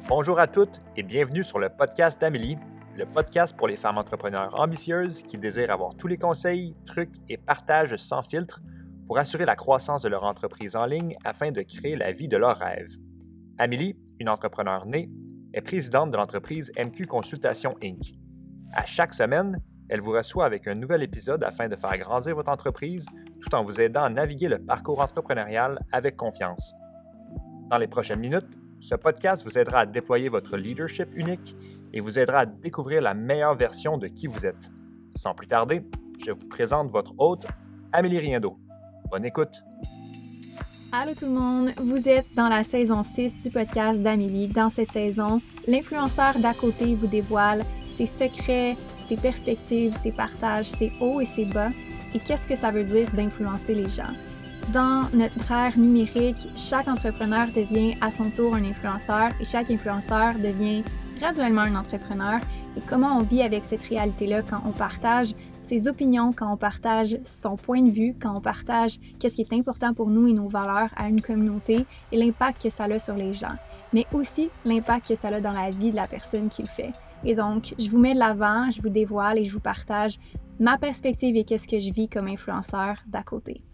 Bonjour à toutes et bienvenue sur le podcast d'Amélie, le podcast pour les femmes entrepreneurs ambitieuses qui désirent avoir tous les conseils, trucs et partages sans filtre pour assurer la croissance de leur entreprise en ligne afin de créer la vie de leurs rêves. Amélie, une entrepreneure née, est présidente de l'entreprise MQ Consultation Inc. À chaque semaine, elle vous reçoit avec un nouvel épisode afin de faire grandir votre entreprise tout en vous aidant à naviguer le parcours entrepreneurial avec confiance. Dans les prochaines minutes, ce podcast vous aidera à déployer votre leadership unique et vous aidera à découvrir la meilleure version de qui vous êtes. Sans plus tarder, je vous présente votre hôte, Amélie Riendo. Bonne écoute! Allô tout le monde, vous êtes dans la saison 6 du podcast d'Amélie. Dans cette saison, l'influenceur d'à côté vous dévoile ses secrets, ses perspectives, ses partages, ses hauts et ses bas et qu'est-ce que ça veut dire d'influencer les gens. Dans notre ère numérique, chaque entrepreneur devient à son tour un influenceur et chaque influenceur devient graduellement un entrepreneur. Et comment on vit avec cette réalité-là quand on partage ses opinions, quand on partage son point de vue, quand on partage qu'est-ce qui est important pour nous et nos valeurs à une communauté et l'impact que ça a sur les gens, mais aussi l'impact que ça a dans la vie de la personne qui le fait. Et donc, je vous mets de l'avant, je vous dévoile et je vous partage ma perspective et qu'est-ce que je vis comme influenceur d'à côté.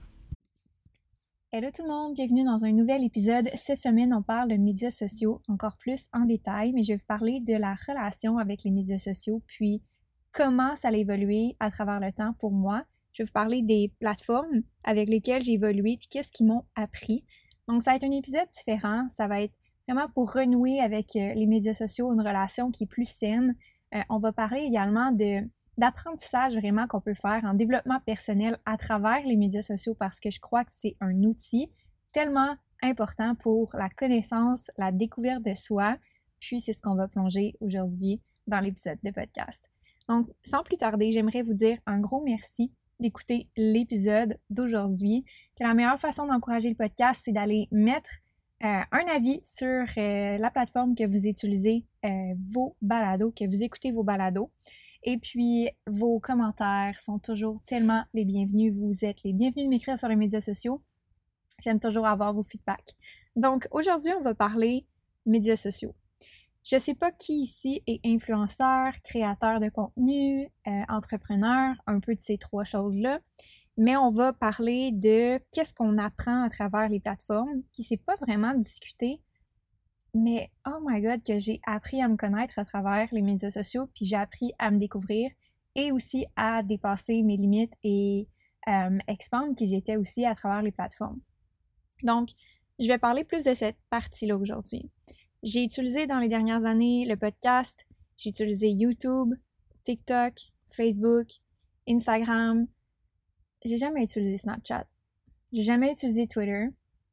Hello tout le monde, bienvenue dans un nouvel épisode. Cette semaine, on parle de médias sociaux encore plus en détail, mais je vais vous parler de la relation avec les médias sociaux, puis comment ça a évolué à travers le temps pour moi. Je vais vous parler des plateformes avec lesquelles j'ai évolué, puis qu'est-ce qu'ils m'ont appris. Donc, ça va être un épisode différent, ça va être vraiment pour renouer avec les médias sociaux, une relation qui est plus saine. On va parler également d'apprentissage vraiment qu'on peut faire en développement personnel à travers les médias sociaux parce que je crois que c'est un outil tellement important pour la connaissance, la découverte de soi. Puis c'est ce qu'on va plonger aujourd'hui dans l'épisode de podcast. Donc, sans plus tarder, j'aimerais vous dire un gros merci d'écouter l'épisode d'aujourd'hui. Que la meilleure façon d'encourager le podcast, c'est d'aller mettre un avis sur la plateforme que vous utilisez vos balados, que vous écoutez vos balados. Et puis, vos commentaires sont toujours tellement les bienvenus. Vous êtes les bienvenus de m'écrire sur les médias sociaux. J'aime toujours avoir vos feedbacks. Donc, aujourd'hui, on va parler médias sociaux. Je ne sais pas qui ici est influenceur, créateur de contenu, entrepreneur, un peu de ces trois choses-là. Mais on va parler de qu'est-ce qu'on apprend à travers les plateformes. Puis, c'est pas vraiment discuté. Mais oh my god, que j'ai appris à me connaître à travers les médias sociaux, puis j'ai appris à me découvrir et aussi à dépasser mes limites et expandre qui j'étais aussi à travers les plateformes. Donc, je vais parler plus de cette partie-là aujourd'hui. J'ai utilisé dans les dernières années le podcast, j'ai utilisé YouTube, TikTok, Facebook, Instagram. J'ai jamais utilisé Snapchat. J'ai jamais utilisé Twitter.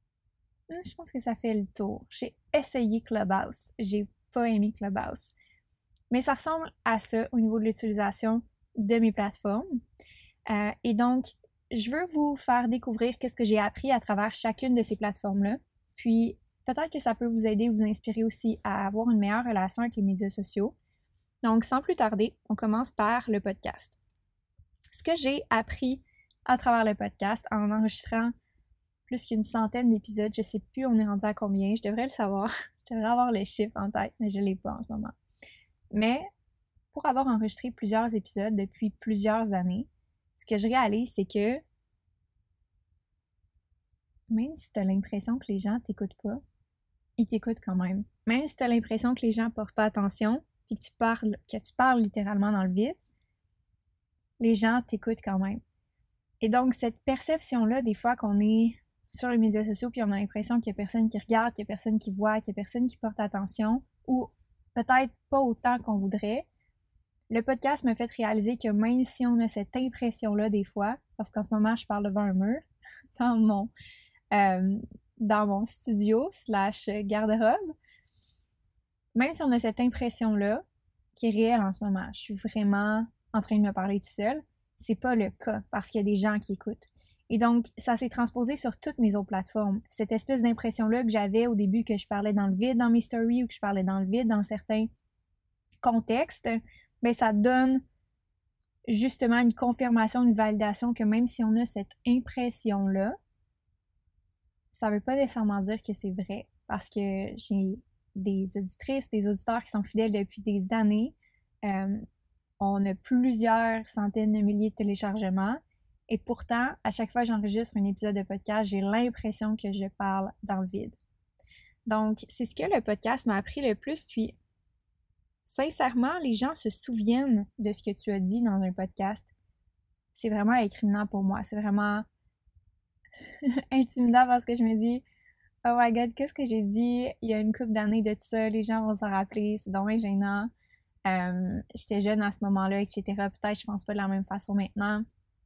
Je pense que ça fait le tour. J'ai essayé Clubhouse. J'ai pas aimé Clubhouse. Mais ça ressemble à ça au niveau de l'utilisation de mes plateformes. Et donc, je veux vous faire découvrir qu'est-ce que j'ai appris à travers chacune de ces plateformes-là. Puis, peut-être que ça peut vous aider ou vous inspirer aussi à avoir une meilleure relation avec les médias sociaux. Donc, sans plus tarder, on commence par le podcast. Ce que j'ai appris à travers le podcast en enregistrant plus qu'une centaine d'épisodes, je sais plus on est rendu à combien, je devrais le savoir, je devrais avoir le chiffre en tête, mais je l'ai pas en ce moment. Mais pour avoir enregistré plusieurs épisodes depuis plusieurs années, ce que je réalise, c'est que même si tu as l'impression que les gens t'écoutent pas, ils t'écoutent quand même. Même si tu as l'impression que les gens portent pas attention, puis que tu parles littéralement dans le vide, les gens t'écoutent quand même. Et donc, cette perception-là, des fois qu'on est sur les médias sociaux, puis on a l'impression qu'il n'y a personne qui regarde, qu'il n'y a personne qui voit, qu'il n'y a personne qui porte attention, ou peut-être pas autant qu'on voudrait. Le podcast me fait réaliser que même si on a cette impression-là des fois, parce qu'en ce moment, je parle devant un mur, dans mon studio / garde-robe, même si on a cette impression-là, qui est réelle en ce moment, je suis vraiment en train de me parler tout seul, c'est pas le cas, parce qu'il y a des gens qui écoutent. Et donc, ça s'est transposé sur toutes mes autres plateformes. Cette espèce d'impression-là que j'avais au début que je parlais dans le vide dans mes stories ou que je parlais dans le vide dans certains contextes, bien, ça donne justement une confirmation, une validation que même si on a cette impression-là, ça veut pas nécessairement dire que c'est vrai parce que j'ai des auditrices, des auditeurs qui sont fidèles depuis des années. On a plusieurs centaines de milliers de téléchargements. Et pourtant, à chaque fois que j'enregistre un épisode de podcast, j'ai l'impression que je parle dans le vide. Donc, c'est ce que le podcast m'a appris le plus. Puis, sincèrement, les gens se souviennent de ce que tu as dit dans un podcast. C'est vraiment incriminant pour moi. C'est vraiment intimidant parce que je me dis « Oh my God, qu'est-ce que j'ai dit il y a une couple d'années de tout ça? Les gens vont s'en rappeler. C'est dommage gênant. J'étais jeune à ce moment-là, etc. Peut-être je pense pas de la même façon maintenant. »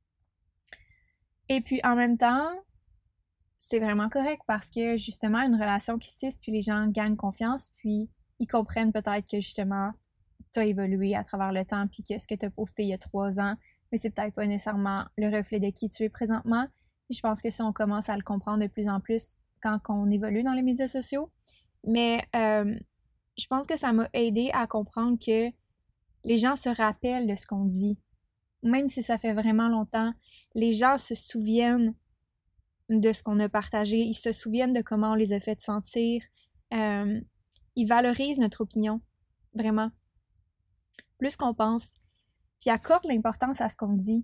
Et puis, en même temps, c'est vraiment correct parce que, justement, une relation qui se tisse, puis les gens gagnent confiance, puis ils comprennent peut-être que, justement, t'as évolué à travers le temps, puis que ce que t'as posté il y a 3 ans, mais c'est peut-être pas nécessairement le reflet de qui tu es présentement. Et je pense que ça, on commence à le comprendre de plus en plus quand on évolue dans les médias sociaux. Mais je pense que ça m'a aidé à comprendre que les gens se rappellent de ce qu'on dit. Même si ça fait vraiment longtemps, les gens se souviennent de ce qu'on a partagé, ils se souviennent de comment on les a fait sentir, ils valorisent notre opinion, vraiment, plus qu'on pense, puis accordent l'importance à ce qu'on dit.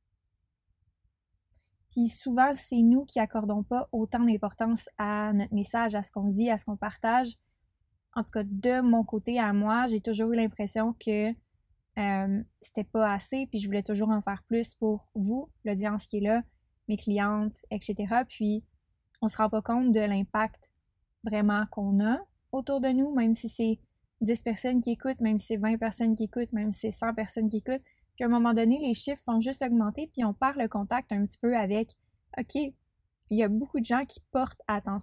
Puis souvent, c'est nous qui accordons pas autant d'importance à notre message, à ce qu'on dit, à ce qu'on partage. En tout cas, de mon côté à moi, j'ai toujours eu l'impression que c'était pas assez, puis je voulais toujours en faire plus pour vous, l'audience qui est là, mes clientes, etc. Puis on se rend pas compte de l'impact vraiment qu'on a autour de nous, même si c'est 10 personnes qui écoutent, même si c'est 20 personnes qui écoutent, même si c'est 100 personnes qui écoutent. Puis à un moment donné, les chiffres vont juste augmenter, puis on perd le contact un petit peu avec « OK, il y a beaucoup de gens qui portent attention. »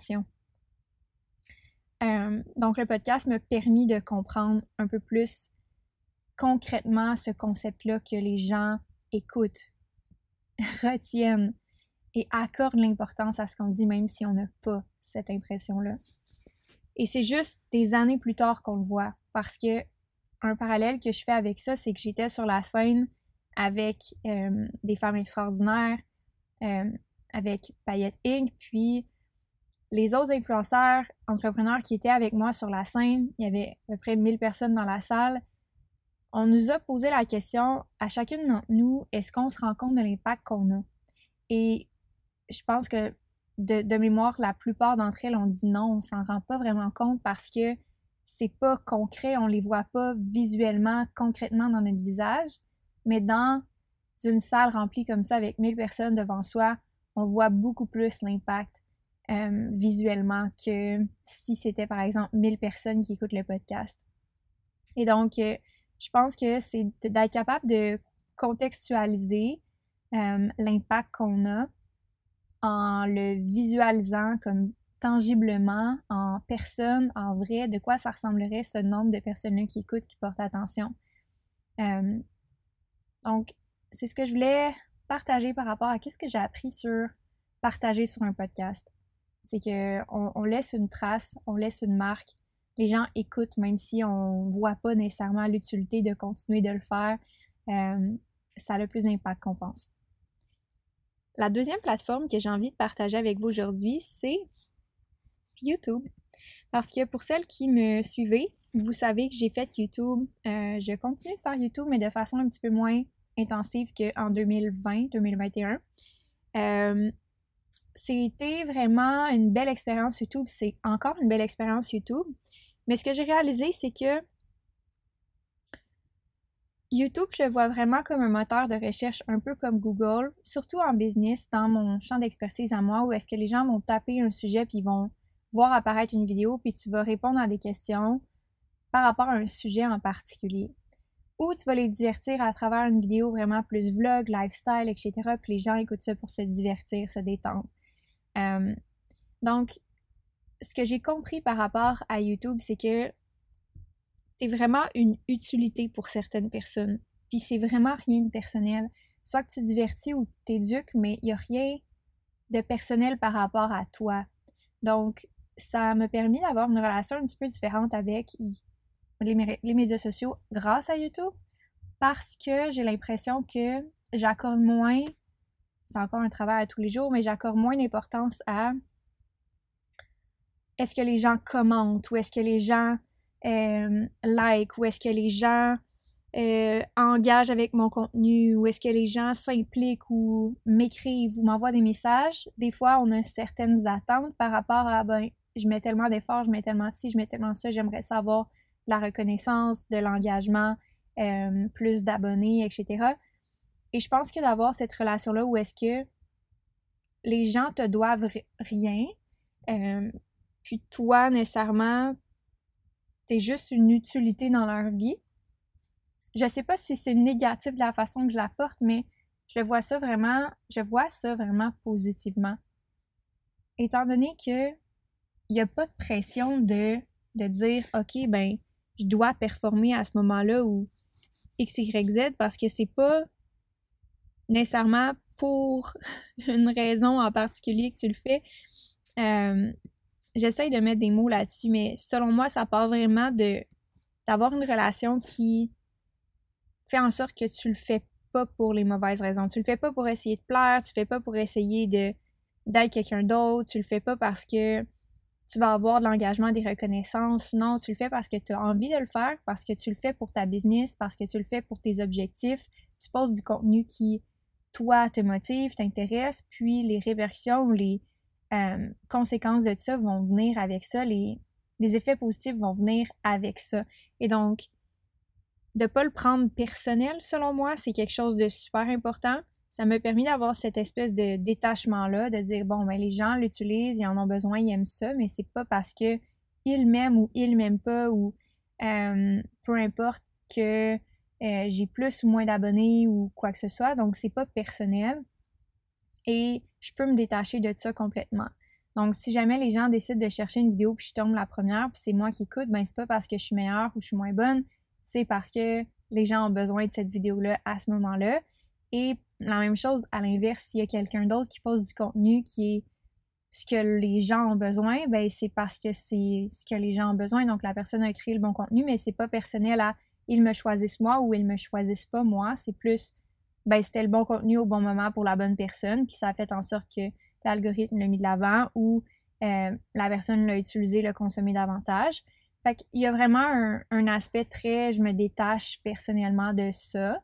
Donc le podcast m'a permis de comprendre un peu plus concrètement ce concept-là que les gens écoutent, retiennent et accordent l'importance à ce qu'on dit même si on n'a pas cette impression-là. Et c'est juste des années plus tard qu'on le voit parce que un parallèle que je fais avec ça, c'est que j'étais sur la scène avec des femmes extraordinaires, avec Payette Inc., puis les autres influenceurs, entrepreneurs qui étaient avec moi sur la scène, il y avait à peu près 1000 personnes dans la salle. On nous a posé la question à chacune d'entre nous, est-ce qu'on se rend compte de l'impact qu'on a? Et je pense que de mémoire, la plupart d'entre elles ont dit non, on s'en rend pas vraiment compte parce que c'est pas concret, on les voit pas visuellement, concrètement dans notre visage, mais dans une salle remplie comme ça avec 1000 personnes devant soi, on voit beaucoup plus l'impact visuellement que si c'était par exemple 1000 personnes qui écoutent le podcast. Et donc, je pense que c'est d'être capable de contextualiser l'impact qu'on a en le visualisant comme tangiblement, en personne, en vrai, de quoi ça ressemblerait ce nombre de personnes-là qui écoutent, qui portent attention. Donc, c'est ce que je voulais partager par rapport à qu'est-ce que j'ai appris sur partager sur un podcast. C'est qu'on laisse une trace, on laisse une marque. Les gens écoutent même si on ne voit pas nécessairement l'utilité de continuer de le faire. Ça a le plus d'impact qu'on pense. La deuxième plateforme que j'ai envie de partager avec vous aujourd'hui, c'est YouTube. Parce que pour celles qui me suivez, vous savez que j'ai fait YouTube. Je continue de faire YouTube, mais de façon un petit peu moins intensive qu'en 2020-2021. C'était vraiment une belle expérience YouTube. C'est encore une belle expérience YouTube. Mais ce que j'ai réalisé, c'est que YouTube, je le vois vraiment comme un moteur de recherche un peu comme Google, surtout en business, dans mon champ d'expertise à moi, où est-ce que les gens vont taper un sujet puis ils vont voir apparaître une vidéo puis tu vas répondre à des questions par rapport à un sujet en particulier. Ou tu vas les divertir à travers une vidéo vraiment plus vlog, lifestyle, etc. Puis les gens écoutent ça pour se divertir, se détendre. Donc, ce que j'ai compris par rapport à YouTube, c'est que c'est vraiment une utilité pour certaines personnes. Puis c'est vraiment rien de personnel. Soit que tu divertis ou t'éduques, mais il n'y a rien de personnel par rapport à toi. Donc, ça m'a permis d'avoir une relation un petit peu différente avec les médias sociaux grâce à YouTube, parce que j'ai l'impression que j'accorde moins, c'est encore un travail à tous les jours, mais j'accorde moins d'importance à est-ce que les gens commentent, ou est-ce que les gens like, ou est-ce que les gens engagent avec mon contenu, ou est-ce que les gens s'impliquent ou m'écrivent ou m'envoient des messages. Des fois, on a certaines attentes par rapport à, je mets tellement d'efforts, je mets tellement de ci, je mets tellement de ça, j'aimerais savoir de la reconnaissance, de l'engagement, plus d'abonnés, etc. Et je pense que d'avoir cette relation-là où est-ce que les gens te doivent rien, puis toi, nécessairement, t'es juste une utilité dans leur vie. Je sais pas si c'est négatif de la façon que je la porte, mais je vois ça vraiment positivement. Étant donné que il n'y a pas de pression de dire OK, je dois performer à ce moment-là ou X, Y, Z parce que c'est pas nécessairement pour une raison en particulier que tu le fais. J'essaye de mettre des mots là-dessus, mais selon moi, ça part vraiment d'avoir une relation qui fait en sorte que tu le fais pas pour les mauvaises raisons. Tu le fais pas pour essayer de plaire, tu le fais pas pour essayer d'être quelqu'un d'autre, tu le fais pas parce que tu vas avoir de l'engagement, des reconnaissances. Non, tu le fais parce que tu as envie de le faire, parce que tu le fais pour ta business, parce que tu le fais pour tes objectifs. Tu poses du contenu qui, toi, te motive, t'intéresse, puis les répercussions ou les conséquences de ça vont venir avec ça. Les effets positifs vont venir avec ça. Et donc, de ne pas le prendre personnel, selon moi, c'est quelque chose de super important. Ça m'a permis d'avoir cette espèce de détachement-là, de dire, les gens l'utilisent, ils en ont besoin, ils aiment ça, mais c'est pas parce que ils m'aiment ou ils m'aiment pas, ou peu importe que j'ai plus ou moins d'abonnés ou quoi que ce soit, donc c'est pas personnel. Et je peux me détacher de ça complètement. Donc, si jamais les gens décident de chercher une vidéo puis je tombe la première puis c'est moi qui écoute, c'est pas parce que je suis meilleure ou je suis moins bonne, c'est parce que les gens ont besoin de cette vidéo-là à ce moment-là. Et la même chose, à l'inverse, s'il y a quelqu'un d'autre qui pose du contenu qui est ce que les gens ont besoin, c'est parce que c'est ce que les gens ont besoin. Donc, la personne a créé le bon contenu, mais c'est pas personnel à « ils me choisissent moi » ou « ils me choisissent pas moi ». C'est plus c'était le bon contenu au bon moment pour la bonne personne, puis ça a fait en sorte que l'algorithme l'a mis de l'avant ou la personne l'a utilisé, l'a consommé davantage. Fait qu'il y a vraiment un aspect très, je me détache personnellement de ça,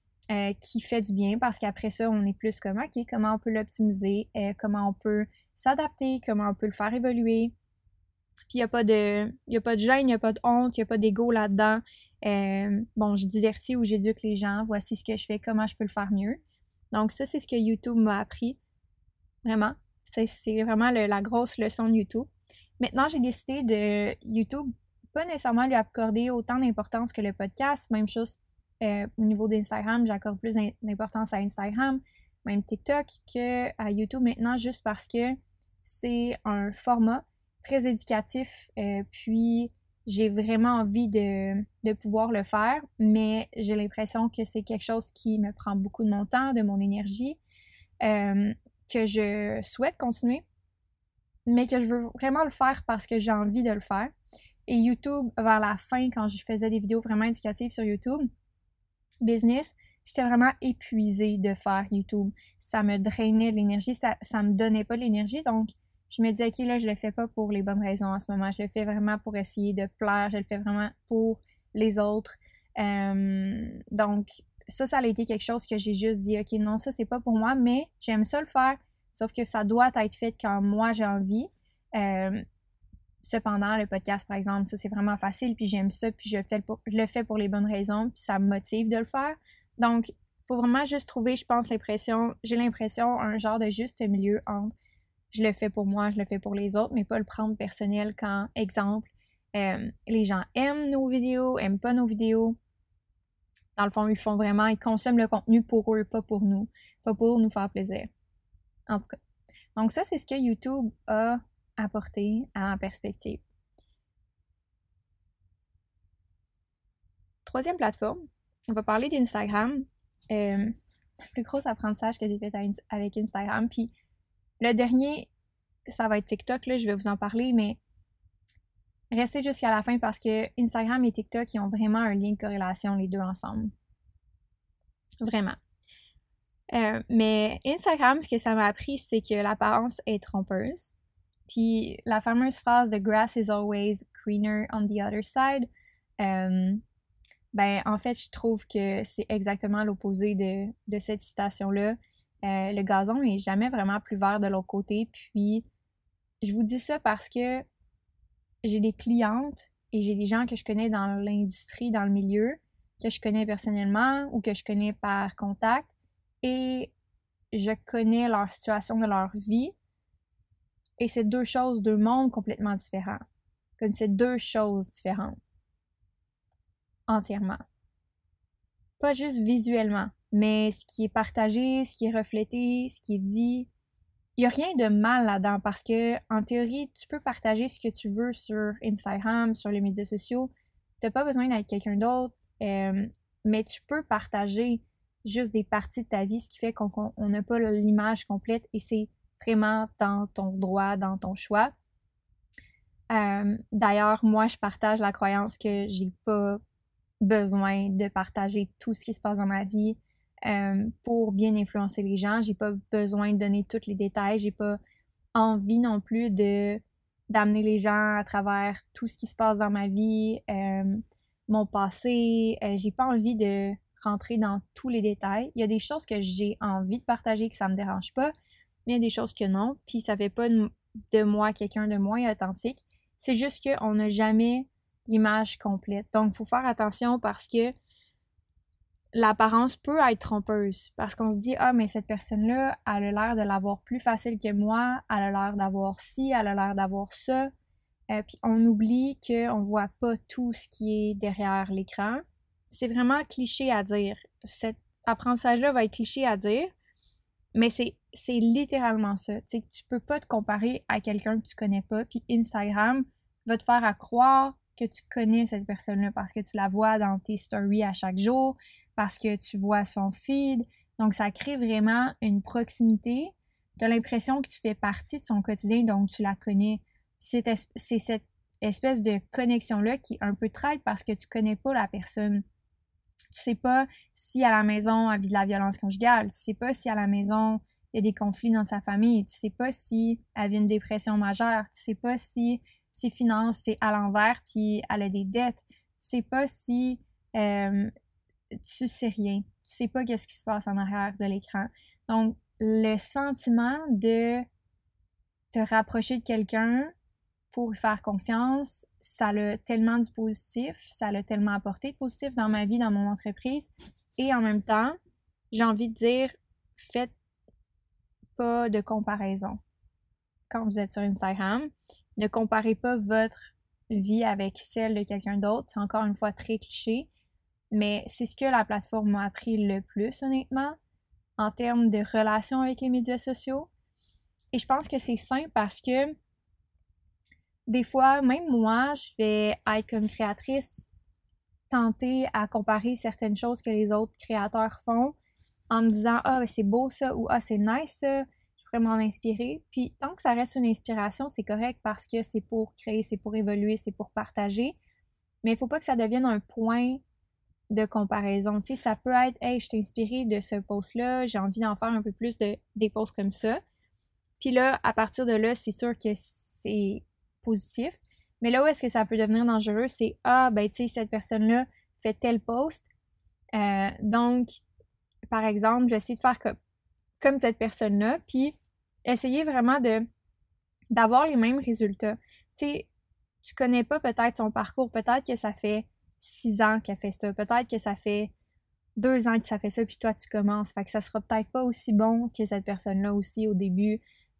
qui fait du bien parce qu'après ça, on est plus comme, OK, comment on peut l'optimiser, comment on peut s'adapter, comment on peut le faire évoluer. Puis il n'y a pas de gêne, il n'y a pas de honte, il n'y a pas d'ego là-dedans. Je divertis ou j'éduque les gens, voici ce que je fais, comment je peux le faire mieux. Donc ça, c'est ce que YouTube m'a appris, vraiment. C'est vraiment la grosse leçon de YouTube. Maintenant, j'ai décidé de YouTube, pas nécessairement lui accorder autant d'importance que le podcast, même chose au niveau d'Instagram, j'accorde plus d'importance à Instagram, même TikTok, qu'à YouTube maintenant, juste parce que c'est un format très éducatif, puis j'ai vraiment envie de pouvoir le faire, mais j'ai l'impression que c'est quelque chose qui me prend beaucoup de mon temps, de mon énergie, que je souhaite continuer, mais que je veux vraiment le faire parce que j'ai envie de le faire. Et YouTube, vers la fin, quand je faisais des vidéos vraiment éducatives sur YouTube, business, j'étais vraiment épuisée de faire YouTube. Ça me drainait de l'énergie, ça me donnait pas de l'énergie, donc je me dis, OK, là, je le fais pas pour les bonnes raisons en ce moment. Je le fais vraiment pour essayer de plaire. Je le fais vraiment pour les autres. Donc, ça a été quelque chose que j'ai juste dit, OK, non, ça, c'est pas pour moi, mais j'aime ça le faire. Sauf que ça doit être fait quand moi, j'ai envie. Cependant, le podcast, par exemple, ça, c'est vraiment facile, puis j'aime ça, puis je le fais pour les bonnes raisons, puis ça me motive de le faire. Donc, il faut vraiment juste trouver, je pense, j'ai l'impression, un genre de juste milieu entre je le fais pour moi, je le fais pour les autres, mais pas le prendre personnel quand, exemple, les gens aiment nos vidéos, aiment pas nos vidéos. Dans le fond, ils consomment le contenu pour eux, pas pour nous, pas pour nous faire plaisir. En tout cas. Donc ça, c'est ce que YouTube a apporté en perspective. Troisième plateforme, on va parler d'Instagram. Le plus gros apprentissage que j'ai fait avec Instagram, puis le dernier, ça va être TikTok, là, je vais vous en parler, mais restez jusqu'à la fin parce que Instagram et TikTok, ils ont vraiment un lien de corrélation, les deux ensemble. Vraiment. Mais Instagram, ce que ça m'a appris, c'est que l'apparence est trompeuse. Puis la fameuse phrase « The grass is always greener on the other side », ben en fait, je trouve que c'est exactement l'opposé de cette citation-là. Le gazon n'est jamais vraiment plus vert de l'autre côté. Puis je vous dis ça parce que j'ai des clientes et j'ai des gens que je connais dans l'industrie, dans le milieu, que je connais personnellement ou que je connais par contact, et je connais leur situation de leur vie. Et c'est deux mondes complètement différents. Comme c'est deux choses différentes. Entièrement. Pas juste visuellement, mais ce qui est partagé, ce qui est reflété, ce qui est dit. Il n'y a rien de mal là-dedans parce que, en théorie, tu peux partager ce que tu veux sur Instagram, sur les médias sociaux. Tu n'as pas besoin d'être quelqu'un d'autre, mais tu peux partager juste des parties de ta vie, ce qui fait qu'on n'a pas l'image complète et c'est vraiment dans ton droit, dans ton choix. D'ailleurs, moi, je partage la croyance que j'ai pas besoin de partager tout ce qui se passe dans ma vie pour bien influencer les gens. J'ai pas besoin de donner tous les détails. J'ai pas envie non plus d'amener les gens à travers tout ce qui se passe dans ma vie, mon passé. J'ai pas envie de rentrer dans tous les détails. Il y a des choses que j'ai envie de partager que ça me dérange pas, mais il y a des choses que non. Puis ça fait pas de moi quelqu'un de moins authentique. C'est juste qu'on n'a jamais l'image complète. Donc, il faut faire attention parce que l'apparence peut être trompeuse. Parce qu'on se dit, ah, mais cette personne-là, elle a l'air de l'avoir plus facile que moi, elle a l'air d'avoir ci, elle a l'air d'avoir ça. Puis on oublie qu'on ne voit pas tout ce qui est derrière l'écran. C'est vraiment cliché à dire. Cet apprentissage-là va être cliché à dire, mais c'est littéralement ça. Tu sais, tu peux pas te comparer à quelqu'un que tu connais pas, puis Instagram va te faire croire que tu connais cette personne-là parce que tu la vois dans tes stories à chaque jour, parce que tu vois son feed. Donc, ça crée vraiment une proximité. Tu as l'impression que tu fais partie de son quotidien, donc tu la connais. C'est cette espèce de connexion-là qui est un peu traite parce que tu connais pas la personne. Tu sais pas si à la maison, elle vit de la violence conjugale. Tu sais pas si à la maison, il y a des conflits dans sa famille. Tu sais pas si elle vit une dépression majeure. Tu sais pas si ses finances, c'est à l'envers puis elle a des dettes. Tu sais pas si tu sais rien. Tu sais pas qu'est-ce qui se passe en arrière de l'écran. Donc, le sentiment de te rapprocher de quelqu'un pour lui faire confiance, ça a tellement du positif, ça l'a tellement apporté de positif dans ma vie, dans mon entreprise. Et en même temps, j'ai envie de dire, faites pas de comparaison. Quand vous êtes sur Instagram, ne comparez pas votre vie avec celle de quelqu'un d'autre. C'est encore une fois très cliché, mais c'est ce que la plateforme m'a appris le plus, honnêtement, en termes de relation avec les médias sociaux. Et je pense que c'est sain parce que des fois, même moi, je vais être comme créatrice tenter à comparer certaines choses que les autres créateurs font en me disant « Ah, c'est beau ça » ou « Ah, c'est nice ça », je pourrais m'en inspirer. Puis tant que ça reste une inspiration, c'est correct parce que c'est pour créer, c'est pour évoluer, c'est pour partager. Mais il faut pas que ça devienne un point de comparaison. Tu sais, ça peut être « Hey, je t'ai inspiré de ce post-là, j'ai envie d'en faire un peu plus des posts comme ça. » Puis là, à partir de là, c'est sûr que c'est positif. Mais là où est-ce que ça peut devenir dangereux, c'est « Ah, ben tu sais, cette personne-là fait tel post. Donc, par exemple, je vais essayer de faire comme cette personne-là, puis essayer vraiment d'avoir les mêmes résultats. Tu sais, tu connais pas peut-être son parcours, peut-être que ça fait 6 ans qu'elle fait ça, peut-être que ça fait 2 ans que ça fait ça, puis toi, tu commences. Fait que ça sera peut-être pas aussi bon que cette personne-là aussi au début.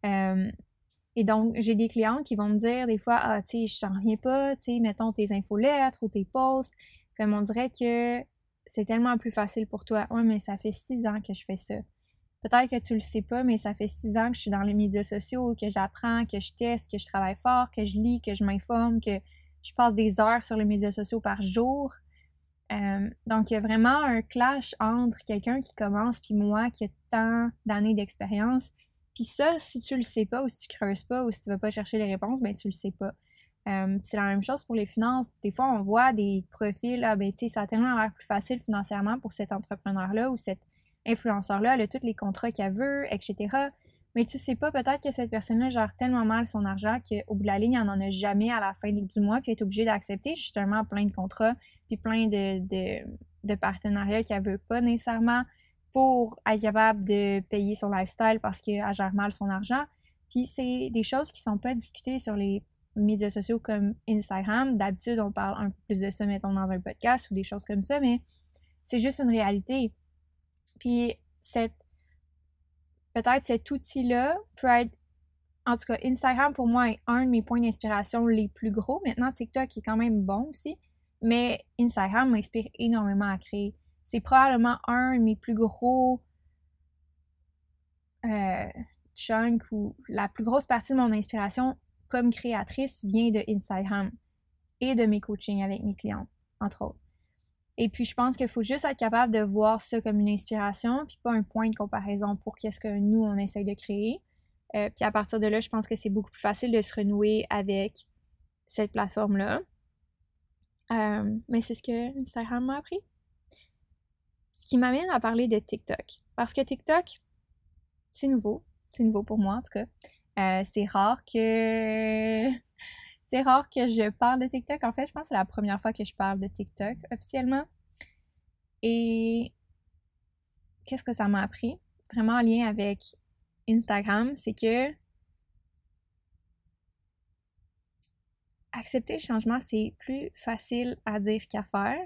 Et donc, j'ai des clients qui vont me dire des fois, ah, tu sais, je t'en reviens pas, tu sais, mettons tes infolettres ou tes posts, comme on dirait que c'est tellement plus facile pour toi. Ouais, mais ça fait 6 ans que je fais ça. Peut-être que tu le sais pas, mais ça fait 6 ans que je suis dans les médias sociaux, que j'apprends, que je teste, que je travaille fort, que je lis, que je m'informe, que je passe des heures sur les médias sociaux par jour. Donc, il y a vraiment un clash entre quelqu'un qui commence puis moi qui a tant d'années d'expérience. Puis ça, si tu le sais pas ou si tu creuses pas ou si tu vas pas chercher les réponses, ben tu le sais pas. C'est la même chose pour les finances. Des fois, on voit des profils, ah ben tu sais, ça a tellement l'air plus facile financièrement pour cet entrepreneur-là ou cet influenceur-là, elle a tous les contrats qu'elle veut, etc. mais tu sais pas, peut-être que cette personne-là gère tellement mal son argent qu'au bout de la ligne, elle n'en a jamais à la fin du mois, puis elle est obligée d'accepter justement plein de contrats, puis plein de partenariats qu'elle veut pas nécessairement pour être capable de payer son lifestyle parce qu'elle gère mal son argent. Puis c'est des choses qui sont pas discutées sur les médias sociaux comme Instagram. D'habitude, on parle un peu plus de ça, mettons, dans un podcast ou des choses comme ça, mais c'est juste une réalité. Puis peut-être cet outil-là peut être, en tout cas, Instagram pour moi est un de mes points d'inspiration les plus gros. Maintenant, TikTok est quand même bon aussi, mais Instagram m'inspire énormément à créer. C'est probablement un de mes plus gros chunks ou la plus grosse partie de mon inspiration comme créatrice vient de Instagram et de mes coachings avec mes clients, entre autres. Et puis, je pense qu'il faut juste être capable de voir ça comme une inspiration, puis pas un point de comparaison pour qu'est-ce que nous, on essaye de créer. Puis à partir de là, je pense que c'est beaucoup plus facile de se renouer avec cette plateforme-là. Mais c'est ce que Instagram m'a appris. Ce qui m'amène à parler de TikTok. Parce que TikTok, c'est nouveau. C'est nouveau pour moi, en tout cas. C'est rare que je parle de TikTok. En fait, je pense que c'est la première fois que je parle de TikTok officiellement. Et qu'est-ce que ça m'a appris? Vraiment en lien avec Instagram, c'est que accepter le changement, c'est plus facile à dire qu'à faire.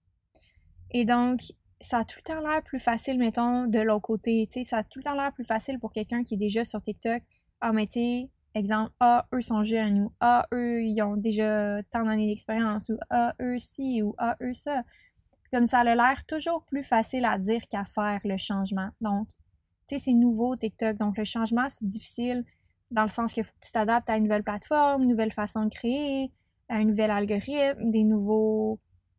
Et donc, ça a tout le temps l'air plus facile, mettons, de l'autre côté. Tu sais, ça a tout le temps l'air plus facile pour quelqu'un qui est déjà sur TikTok. Ah, mais tu sais, exemple, eux sont jeunes, ou eux, ils ont déjà tant d'années d'expérience, ou eux ci, ou eux ça. Comme ça a l'air toujours plus facile à dire qu'à faire le changement. Donc, tu sais, c'est nouveau TikTok. Donc, le changement, c'est difficile dans le sens qu'il faut que tu t'adaptes à une nouvelle plateforme, une nouvelle façon de créer, à un nouvel algorithme, des nouveaux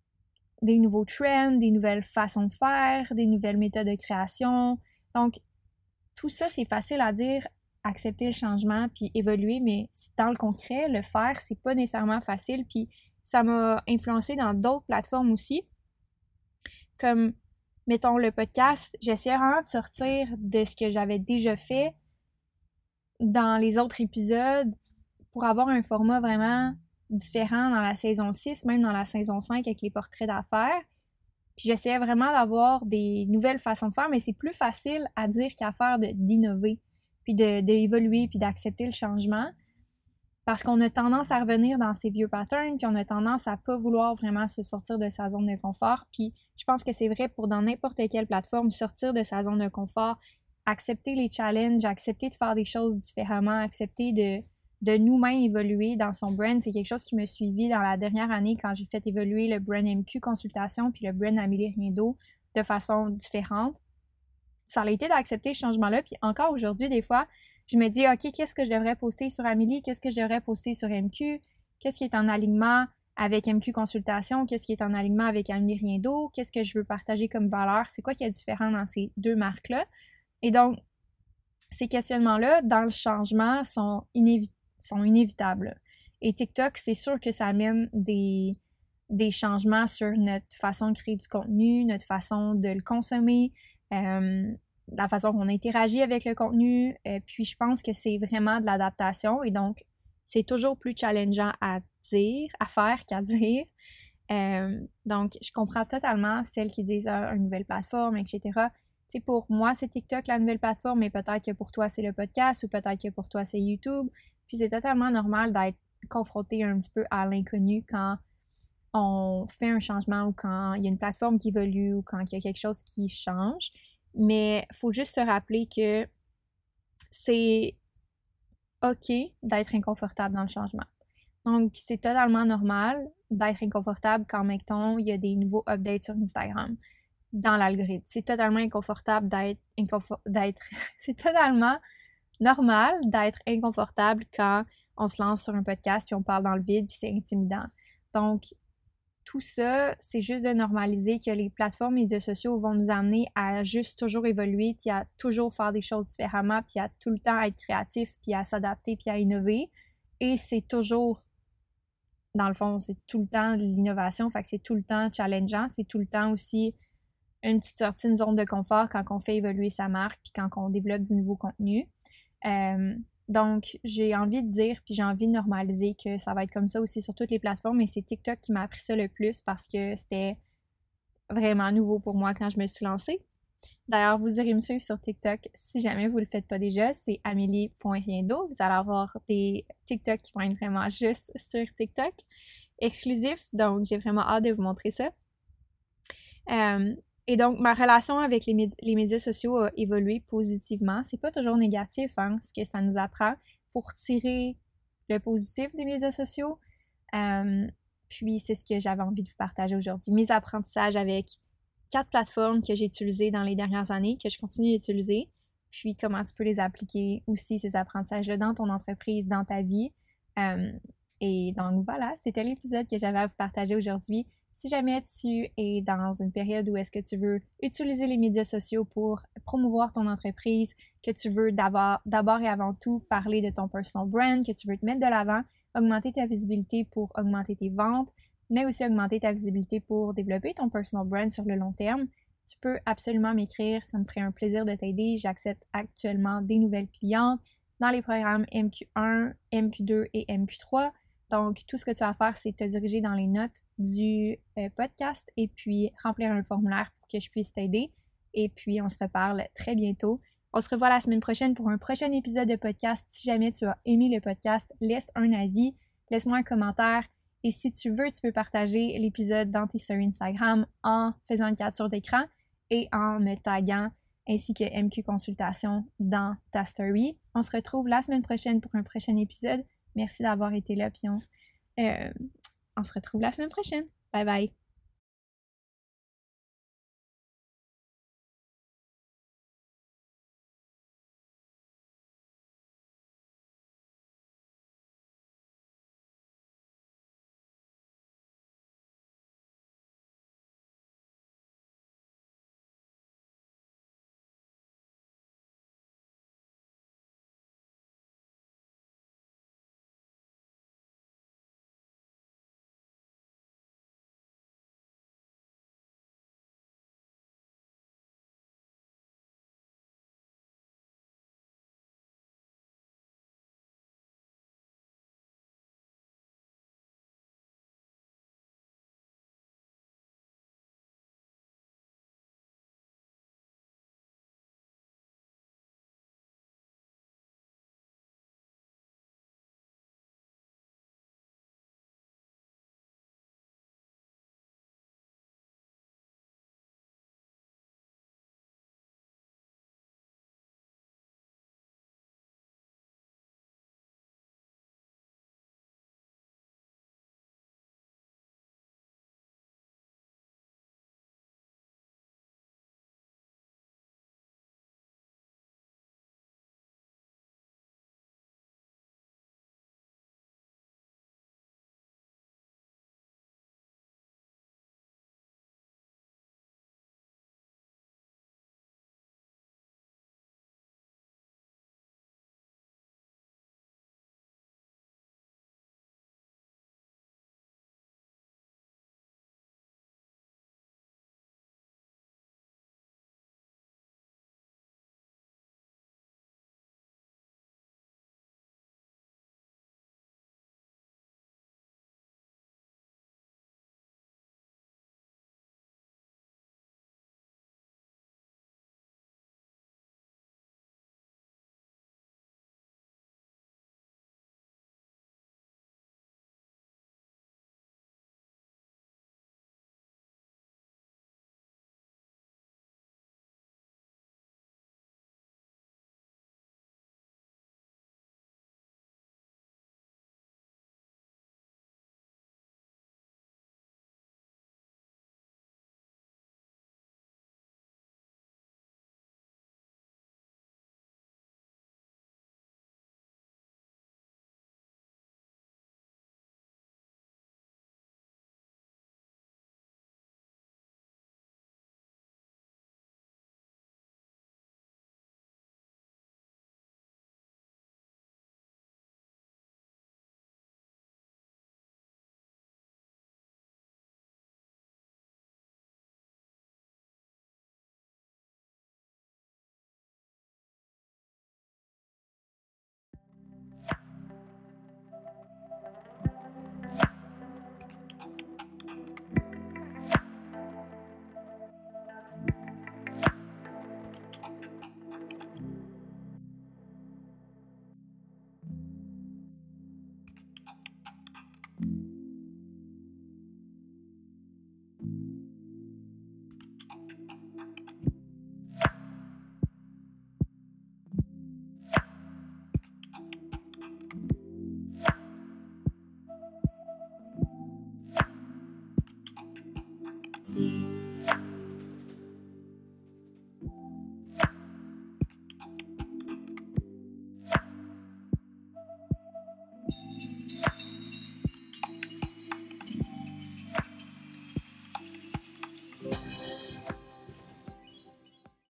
trends, des nouvelles façons de faire, des nouvelles méthodes de création. Donc, tout ça, c'est facile à dire, accepter le changement puis évoluer, mais dans le concret, le faire, c'est pas nécessairement facile. Puis ça m'a influencé dans d'autres plateformes aussi. Comme, mettons, le podcast, j'essayais vraiment de sortir de ce que j'avais déjà fait dans les autres épisodes pour avoir un format vraiment différent dans la saison 6, même dans la saison 5 avec les portraits d'affaires. Puis j'essayais vraiment d'avoir des nouvelles façons de faire, mais c'est plus facile à dire qu'à faire d'innover, puis d'évoluer, puis d'accepter le changement. Parce qu'on a tendance à revenir dans ces vieux patterns, puis on a tendance à pas vouloir vraiment se sortir de sa zone de confort. Puis je pense que c'est vrai pour dans n'importe quelle plateforme, sortir de sa zone de confort, accepter les challenges, accepter de faire des choses différemment, accepter de nous-mêmes évoluer dans son brand. C'est quelque chose qui me suivi dans la dernière année quand j'ai fait évoluer le brand MQ Consultation puis le brand Amélie Riendo de façon différente. Ça a été d'accepter ce changement-là. Puis encore aujourd'hui, des fois, je me dis, OK, qu'est-ce que je devrais poster sur Amélie? Qu'est-ce que je devrais poster sur MQ? Qu'est-ce qui est en alignement avec MQ Consultation? Qu'est-ce qui est en alignement avec Amélie Riendo? Qu'est-ce que je veux partager comme valeur? C'est quoi qui est différent dans ces deux marques-là? Et donc, ces questionnements-là, dans le changement, sont inévitables. Et TikTok, c'est sûr que ça amène des changements sur notre façon de créer du contenu, notre façon de le consommer, la façon qu'on interagit avec le contenu. Puis je pense que c'est vraiment de l'adaptation et donc c'est toujours plus challengeant à faire qu'à dire. Donc je comprends totalement celles qui disent une nouvelle plateforme, etc. Tu sais, pour moi, c'est TikTok la nouvelle plateforme, mais peut-être que pour toi, c'est le podcast ou peut-être que pour toi, c'est YouTube. Puis c'est totalement normal d'être confronté un petit peu à l'inconnu quand on fait un changement ou quand il y a une plateforme qui évolue ou quand il y a quelque chose qui change. Mais il faut juste se rappeler que c'est OK d'être inconfortable dans le changement. Donc, c'est totalement normal d'être inconfortable quand, mettons, il y a des nouveaux updates sur Instagram dans l'algorithme. C'est totalement inconfortable c'est totalement normal d'être inconfortable quand on se lance sur un podcast puis on parle dans le vide puis c'est intimidant. Donc, tout ça, c'est juste de normaliser que les plateformes médias sociaux vont nous amener à juste toujours évoluer puis à toujours faire des choses différemment puis à tout le temps être créatif puis à s'adapter puis à innover. Et c'est toujours, dans le fond, c'est tout le temps de l'innovation, fait que c'est tout le temps challengeant, c'est tout le temps aussi une petite sortie d'une zone de confort quand on fait évoluer sa marque puis quand on développe du nouveau contenu. Donc, j'ai envie de dire, puis j'ai envie de normaliser que ça va être comme ça aussi sur toutes les plateformes, mais c'est TikTok qui m'a appris ça le plus parce que c'était vraiment nouveau pour moi quand je me suis lancée. D'ailleurs, vous irez me suivre sur TikTok si jamais vous ne le faites pas déjà, c'est amélie.riendo. Vous allez avoir des TikTok qui vont être vraiment juste sur TikTok, exclusifs, donc j'ai vraiment hâte de vous montrer ça. Et donc, ma relation avec les médias sociaux a évolué positivement. C'est pas toujours négatif, hein, ce que ça nous apprend. Il faut retirer le positif des médias sociaux. Puis, c'est ce que j'avais envie de vous partager aujourd'hui. Mes apprentissages avec 4 plateformes que j'ai utilisées dans les dernières années, que je continue d'utiliser. Puis, comment tu peux les appliquer aussi, ces apprentissages-là, dans ton entreprise, dans ta vie. Et donc, voilà, c'était l'épisode que j'avais à vous partager aujourd'hui. Si jamais tu es dans une période où est-ce que tu veux utiliser les médias sociaux pour promouvoir ton entreprise, que tu veux d'abord et avant tout parler de ton personal brand, que tu veux te mettre de l'avant, augmenter ta visibilité pour augmenter tes ventes, mais aussi augmenter ta visibilité pour développer ton personal brand sur le long terme, tu peux absolument m'écrire, ça me ferait un plaisir de t'aider. J'accepte actuellement des nouvelles clientes dans les programmes MQ1, MQ2 et MQ3. Donc, tout ce que tu as à faire, c'est te diriger dans les notes du podcast et puis remplir un formulaire pour que je puisse t'aider. Et puis, on se reparle très bientôt. On se revoit la semaine prochaine pour un prochain épisode de podcast. Si jamais tu as aimé le podcast, laisse un avis, laisse-moi un commentaire. Et si tu veux, tu peux partager l'épisode dans tes stories Instagram en faisant une capture d'écran et en me taguant ainsi que MQ Consultation dans ta story. On se retrouve la semaine prochaine pour un prochain épisode. Merci d'avoir été là, puis on se retrouve la semaine prochaine. Bye bye!